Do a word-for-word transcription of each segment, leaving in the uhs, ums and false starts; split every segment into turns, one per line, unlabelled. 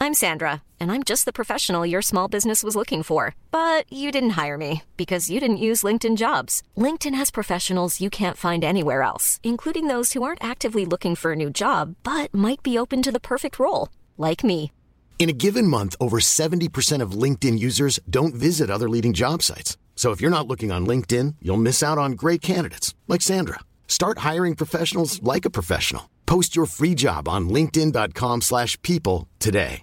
I'm Sandra, and I'm just the professional your small business was looking for. But you didn't hire me because you didn't use LinkedIn Jobs. LinkedIn has professionals you can't find anywhere else, including those who aren't actively looking for a new job, but might be open to the perfect role, like me.
In a given month, over seventy percent of LinkedIn users don't visit other leading job sites. So if you're not looking on LinkedIn, you'll miss out on great candidates like Sandra. Start hiring professionals like a professional. Post your free job on linkedin dot com slash people today.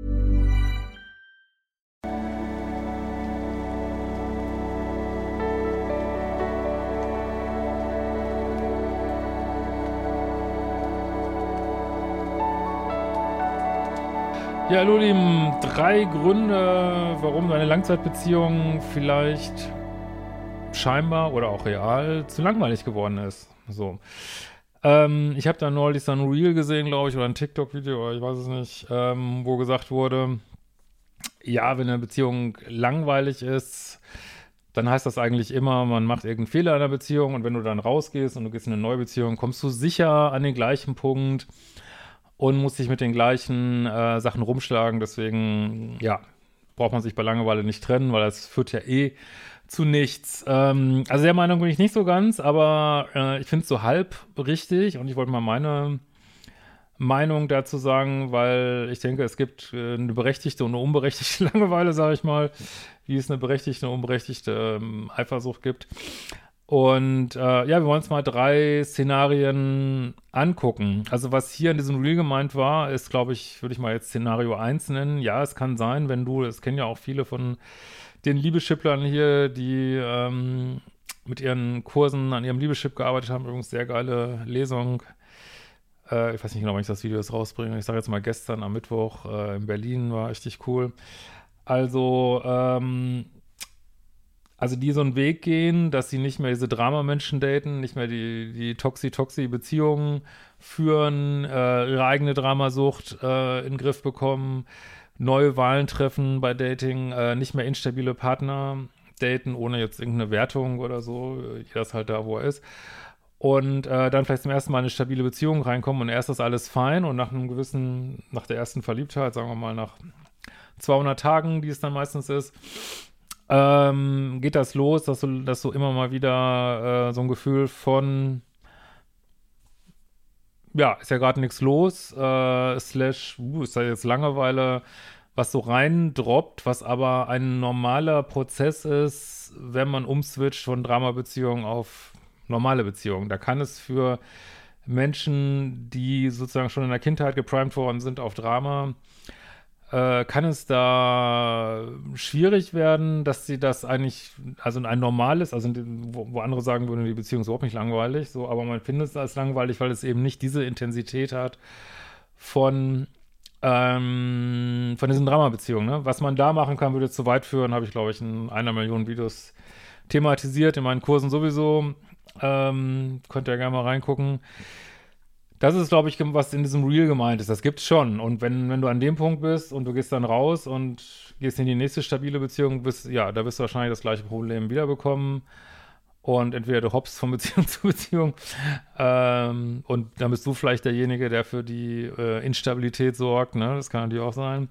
Ja, hallo Lieben, drei Gründe, warum deine Langzeitbeziehung vielleicht scheinbar oder auch real zu langweilig geworden ist. So. Ähm, ich habe da neulich so ein Reel gesehen, glaube ich, oder ein TikTok-Video, ich weiß es nicht, ähm, wo gesagt wurde, ja, wenn eine Beziehung langweilig ist, dann heißt das eigentlich immer, man macht irgendeinen Fehler in der Beziehung und wenn du dann rausgehst und du gehst in eine neue Beziehung, kommst du sicher an den gleichen Punkt und musst dich mit den gleichen äh, Sachen rumschlagen. Deswegen, ja, braucht man sich bei Langeweile nicht trennen, weil das führt ja eh zu nichts. Ähm, also der Meinung bin ich nicht so ganz, aber äh, ich finde es so halb richtig und ich wollte mal meine Meinung dazu sagen, weil ich denke, es gibt äh, eine berechtigte und eine unberechtigte Langeweile, sage ich mal, wie es eine berechtigte und unberechtigte ähm, Eifersucht gibt. Und äh, ja, wir wollen uns mal drei Szenarien angucken. Also was hier in diesem Reel gemeint war, ist, glaube ich, würde ich mal jetzt Szenario eins nennen. Ja, es kann sein, wenn du, das kennen ja auch viele von den Liebeschiplern hier, die ähm, mit ihren Kursen an ihrem Liebeschip gearbeitet haben. Übrigens sehr geile Lesung. Äh, ich weiß nicht genau, wann ich das Video jetzt rausbringe. Ich sage jetzt mal gestern am Mittwoch äh, in Berlin, war richtig cool. Also, ähm, Also die so einen Weg gehen, dass sie nicht mehr diese Dramamenschen daten, nicht mehr die, die Toxi-Toxi-Beziehungen führen, äh, ihre eigene Dramasucht äh, in den Griff bekommen, neue Wahlen treffen bei Dating, äh, nicht mehr instabile Partner daten, ohne jetzt irgendeine Wertung oder so, jeder ist halt da, wo er ist. Und äh, dann vielleicht zum ersten Mal in eine stabile Beziehung reinkommen und erst ist alles fein und nach einem gewissen, nach der ersten Verliebtheit, sagen wir mal nach zweihundert Tagen, die es dann meistens ist, Ähm, geht das los, dass du, dass du immer mal wieder äh, so ein Gefühl von, ja, ist ja gerade nichts los, äh, slash, uh, ist da jetzt Langeweile, was so reindroppt, was aber ein normaler Prozess ist, wenn man umswitcht von Drama-Beziehungen auf normale Beziehungen. Da kann es für Menschen, die sozusagen schon in der Kindheit geprimed worden sind auf Drama, Äh, kann es da schwierig werden, dass sie das eigentlich, also ein normales, also wo, wo andere sagen würden, die Beziehung ist überhaupt nicht langweilig, so, aber man findet es als langweilig, weil es eben nicht diese Intensität hat von, ähm, von diesen Drama-Beziehungen, ne? Was man da machen kann, würde zu weit führen, habe ich, glaube ich, in einer Million Videos thematisiert, in meinen Kursen sowieso. Ähm, könnt ihr ja gerne mal reingucken. Das ist, glaube ich, was in diesem Reel gemeint ist. Das gibt's schon. Und wenn, wenn du an dem Punkt bist und du gehst dann raus und gehst in die nächste stabile Beziehung, bist, ja, da wirst du wahrscheinlich das gleiche Problem wiederbekommen. Und entweder du hoppst von Beziehung zu Beziehung ähm, und dann bist du vielleicht derjenige, der für die äh, Instabilität sorgt. Ne? Das kann natürlich auch sein.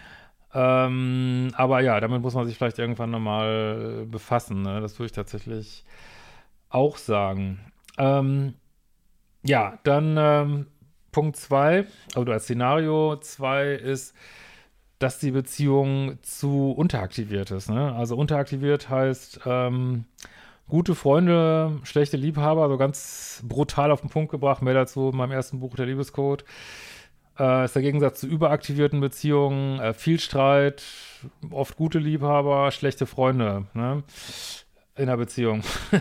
Ähm, aber ja, damit muss man sich vielleicht irgendwann nochmal befassen. Ne? Das würde ich tatsächlich auch sagen. Ähm, Ja, dann ähm, Punkt zwei, oder als Szenario zwei ist, dass die Beziehung zu unteraktiviert ist. Ne? Also unteraktiviert heißt ähm, gute Freunde, schlechte Liebhaber, so ganz brutal auf den Punkt gebracht, mehr dazu in meinem ersten Buch, der Liebescode. Äh, ist der Gegensatz zu überaktivierten Beziehungen, äh, viel Streit, oft gute Liebhaber, schlechte Freunde, ne? In der Beziehung.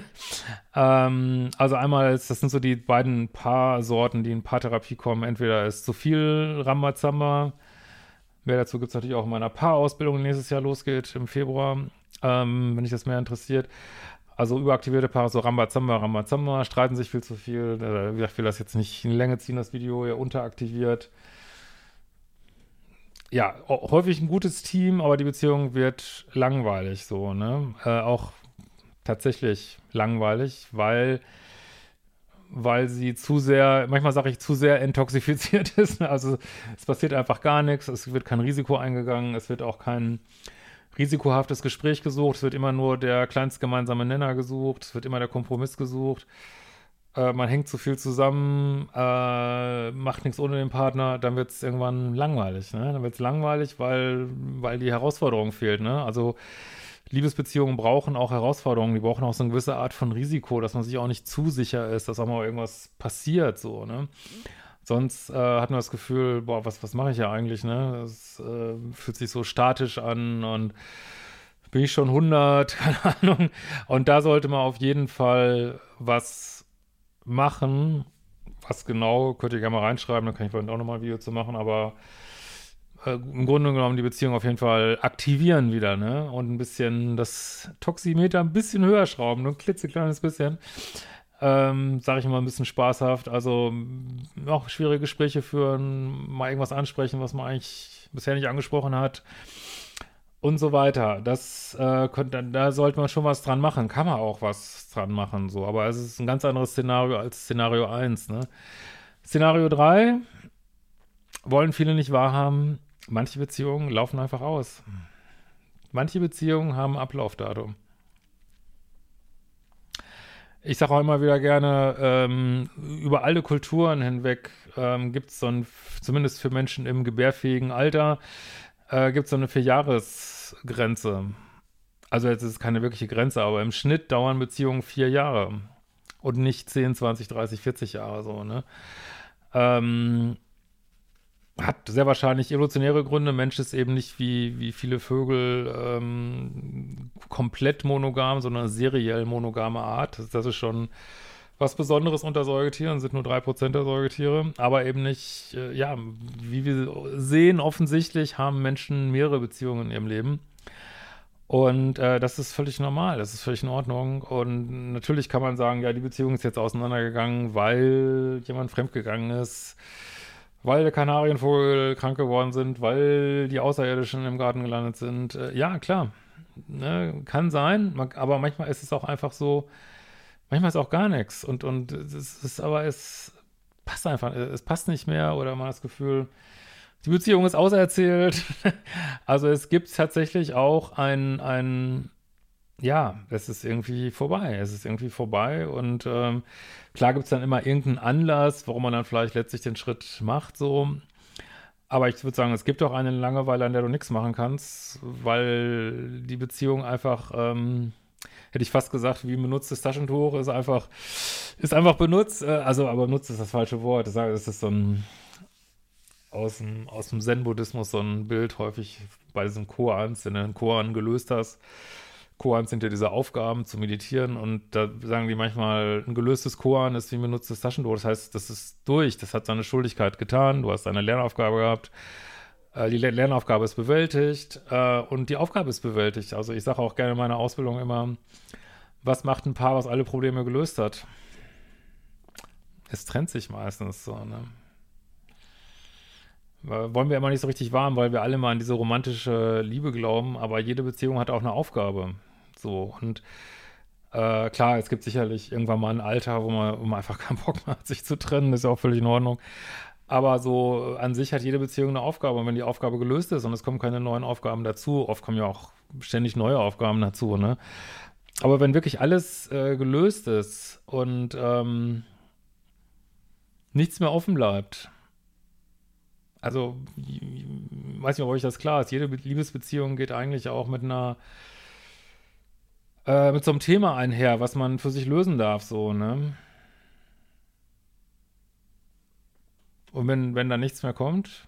ähm, also einmal, ist, das sind so die beiden Paarsorten, die in Paartherapie kommen. Entweder ist zu viel Rambazamba. Mehr dazu gibt es natürlich auch in meiner Paarausbildung, die nächstes Jahr losgeht im Februar, ähm, wenn dich das mehr interessiert. Also überaktivierte Paare, so Rambazamba, Rambazamba, streiten sich viel zu viel. Äh, wie gesagt, ich will das jetzt nicht in die Länge ziehen, das Video, ja, unteraktiviert. Ja, häufig ein gutes Team, aber die Beziehung wird langweilig, so, ne? Äh, auch tatsächlich langweilig, weil weil sie zu sehr, manchmal sage ich, zu sehr intoxifiziert ist. Also es passiert einfach gar nichts, es wird kein Risiko eingegangen, es wird auch kein risikohaftes Gespräch gesucht, es wird immer nur der kleinst gemeinsame Nenner gesucht, es wird immer der Kompromiss gesucht. Äh, man hängt zu viel zusammen, äh, macht nichts ohne den Partner, dann wird es irgendwann langweilig. Ne? Dann wird es langweilig, weil, weil die Herausforderung fehlt. Ne? Also Liebesbeziehungen brauchen auch Herausforderungen, die brauchen auch so eine gewisse Art von Risiko, dass man sich auch nicht zu sicher ist, dass auch mal irgendwas passiert, so, ne? Sonst äh, hat man das Gefühl, boah, was, was mache ich ja eigentlich, ne? Das äh, fühlt sich so statisch an und bin ich schon hundert, keine Ahnung. Und da sollte man auf jeden Fall was machen. Was genau, könnt ihr gerne mal reinschreiben, dann kann ich vielleicht auch nochmal ein Video zu machen, aber Äh, im Grunde genommen die Beziehung auf jeden Fall aktivieren wieder, ne? Und ein bisschen das Toximeter ein bisschen höher schrauben, nur ein klitzekleines bisschen. Ähm, sage ich immer ein bisschen spaßhaft. Also auch schwierige Gespräche führen, mal irgendwas ansprechen, was man eigentlich bisher nicht angesprochen hat und so weiter. Das äh, könnte, da sollte man schon was dran machen. Kann man auch was dran machen, so. Aber es ist ein ganz anderes Szenario als Szenario eins, ne? Szenario drei wollen viele nicht wahrhaben. Manche Beziehungen laufen einfach aus. Manche Beziehungen haben Ablaufdatum. Ich sage auch immer wieder gerne, ähm, über alle Kulturen hinweg ähm, gibt es so ein, zumindest für Menschen im gebärfähigen Alter, äh, gibt es so eine Vier-Jahres-Grenze. Also jetzt ist es keine wirkliche Grenze, aber im Schnitt dauern Beziehungen vier Jahre und nicht zehn, zwanzig, dreißig, vierzig Jahre so, ne? Ähm, Hat sehr wahrscheinlich evolutionäre Gründe. Mensch ist eben nicht wie, wie viele Vögel ähm, komplett monogam, sondern seriell monogame Art. Das, das ist schon was Besonderes unter Säugetieren, sind nur drei Prozent der Säugetiere. Aber eben nicht, äh, ja, wie wir sehen, offensichtlich haben Menschen mehrere Beziehungen in ihrem Leben. Und äh, das ist völlig normal, das ist völlig in Ordnung. Und natürlich kann man sagen, ja, die Beziehung ist jetzt auseinandergegangen, weil jemand fremdgegangen ist, weil der Kanarienvogel krank geworden sind, weil die Außerirdischen im Garten gelandet sind. Äh, ja, klar, ne, kann sein, man, aber manchmal ist es auch einfach so, manchmal ist auch gar nichts. Und, und es ist, aber es passt einfach, es passt nicht mehr oder man hat das Gefühl, die Beziehung ist auserzählt. Also es gibt tatsächlich auch ein, ein ja, es ist irgendwie vorbei. Es ist irgendwie vorbei und ähm, klar gibt es dann immer irgendeinen Anlass, warum man dann vielleicht letztlich den Schritt macht, so. Aber ich würde sagen, es gibt auch eine Langeweile, an der du nichts machen kannst, weil die Beziehung einfach, ähm, hätte ich fast gesagt, wie ein benutztes Taschentuch, ist einfach, ist einfach benutzt. Äh, also, aber benutzt ist das falsche Wort. Ich sage, es ist so ein aus dem, aus dem Zen-Buddhismus so ein Bild häufig bei diesen Koans, wenn du einen Koan gelöst hast. Koans sind ja diese Aufgaben zu meditieren und da sagen die manchmal, ein gelöstes Koan ist wie ein benutztes Taschentuch. Das heißt, das ist durch, das hat seine Schuldigkeit getan, du hast eine Lernaufgabe gehabt, äh, die Lernaufgabe ist bewältigt äh, und die Aufgabe ist bewältigt. Also ich sage auch gerne in meiner Ausbildung immer, was macht ein Paar, was alle Probleme gelöst hat? Es trennt sich meistens so, ne? Wollen wir immer nicht so richtig wahren, weil wir alle mal an diese romantische Liebe glauben, aber jede Beziehung hat auch eine Aufgabe. So, und äh, klar, es gibt sicherlich irgendwann mal ein Alter, wo man, wo man einfach keinen Bock mehr hat, sich zu trennen, ist ja auch völlig in Ordnung. Aber so an sich hat jede Beziehung eine Aufgabe und wenn die Aufgabe gelöst ist und es kommen keine neuen Aufgaben dazu, oft kommen ja auch ständig neue Aufgaben dazu, ne? Aber wenn wirklich alles äh, gelöst ist und ähm, nichts mehr offen bleibt, also, ich weiß nicht, ob euch das klar ist, jede Be- Liebesbeziehung geht eigentlich auch mit einer, äh, mit so einem Thema einher, was man für sich lösen darf, so, ne? Und wenn, wenn da nichts mehr kommt,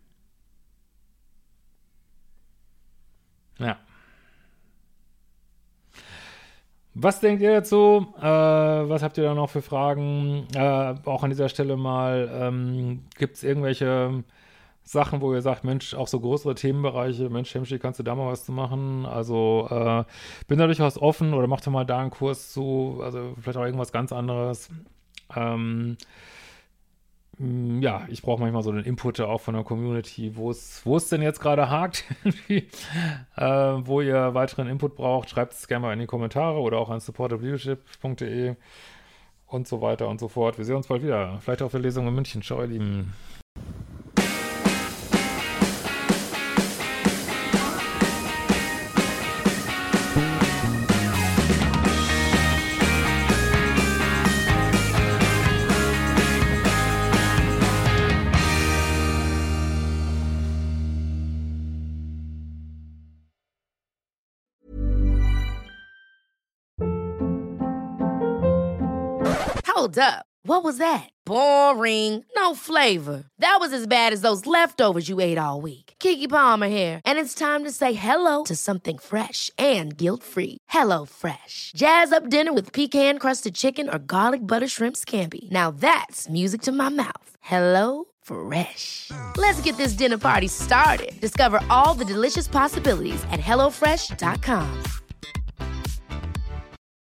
ja. Was denkt ihr dazu? Äh, was habt ihr da noch für Fragen? Äh, auch an dieser Stelle mal, ähm, gibt es irgendwelche Sachen, wo ihr sagt, Mensch, auch so größere Themenbereiche, Mensch, Hemschi, kannst du da mal was zu machen? Also, äh, bin da durchaus offen oder mach doch mal da einen Kurs zu, also vielleicht auch irgendwas ganz anderes. Ähm, mh, ja, ich brauche manchmal so den Input auch von der Community, wo es, wo es denn jetzt gerade hakt, irgendwie, äh, wo ihr weiteren Input braucht, schreibt es gerne mal in die Kommentare oder auch an support at leadership punkt de. und so weiter und so fort. Wir sehen uns bald wieder. Vielleicht auf der Lesung in München. Ciao, ihr Lieben.
Hold up. What was that? Boring. No flavor. That was as bad as those leftovers you ate all week. Keke Palmer here, and it's time to say hello to something fresh and guilt-free. Hello Fresh. Jazz up dinner with pecan-crusted chicken or garlic butter shrimp scampi. Now that's music to my mouth. Hello Fresh. Let's get this dinner party started. Discover all the delicious possibilities at hello fresh dot com.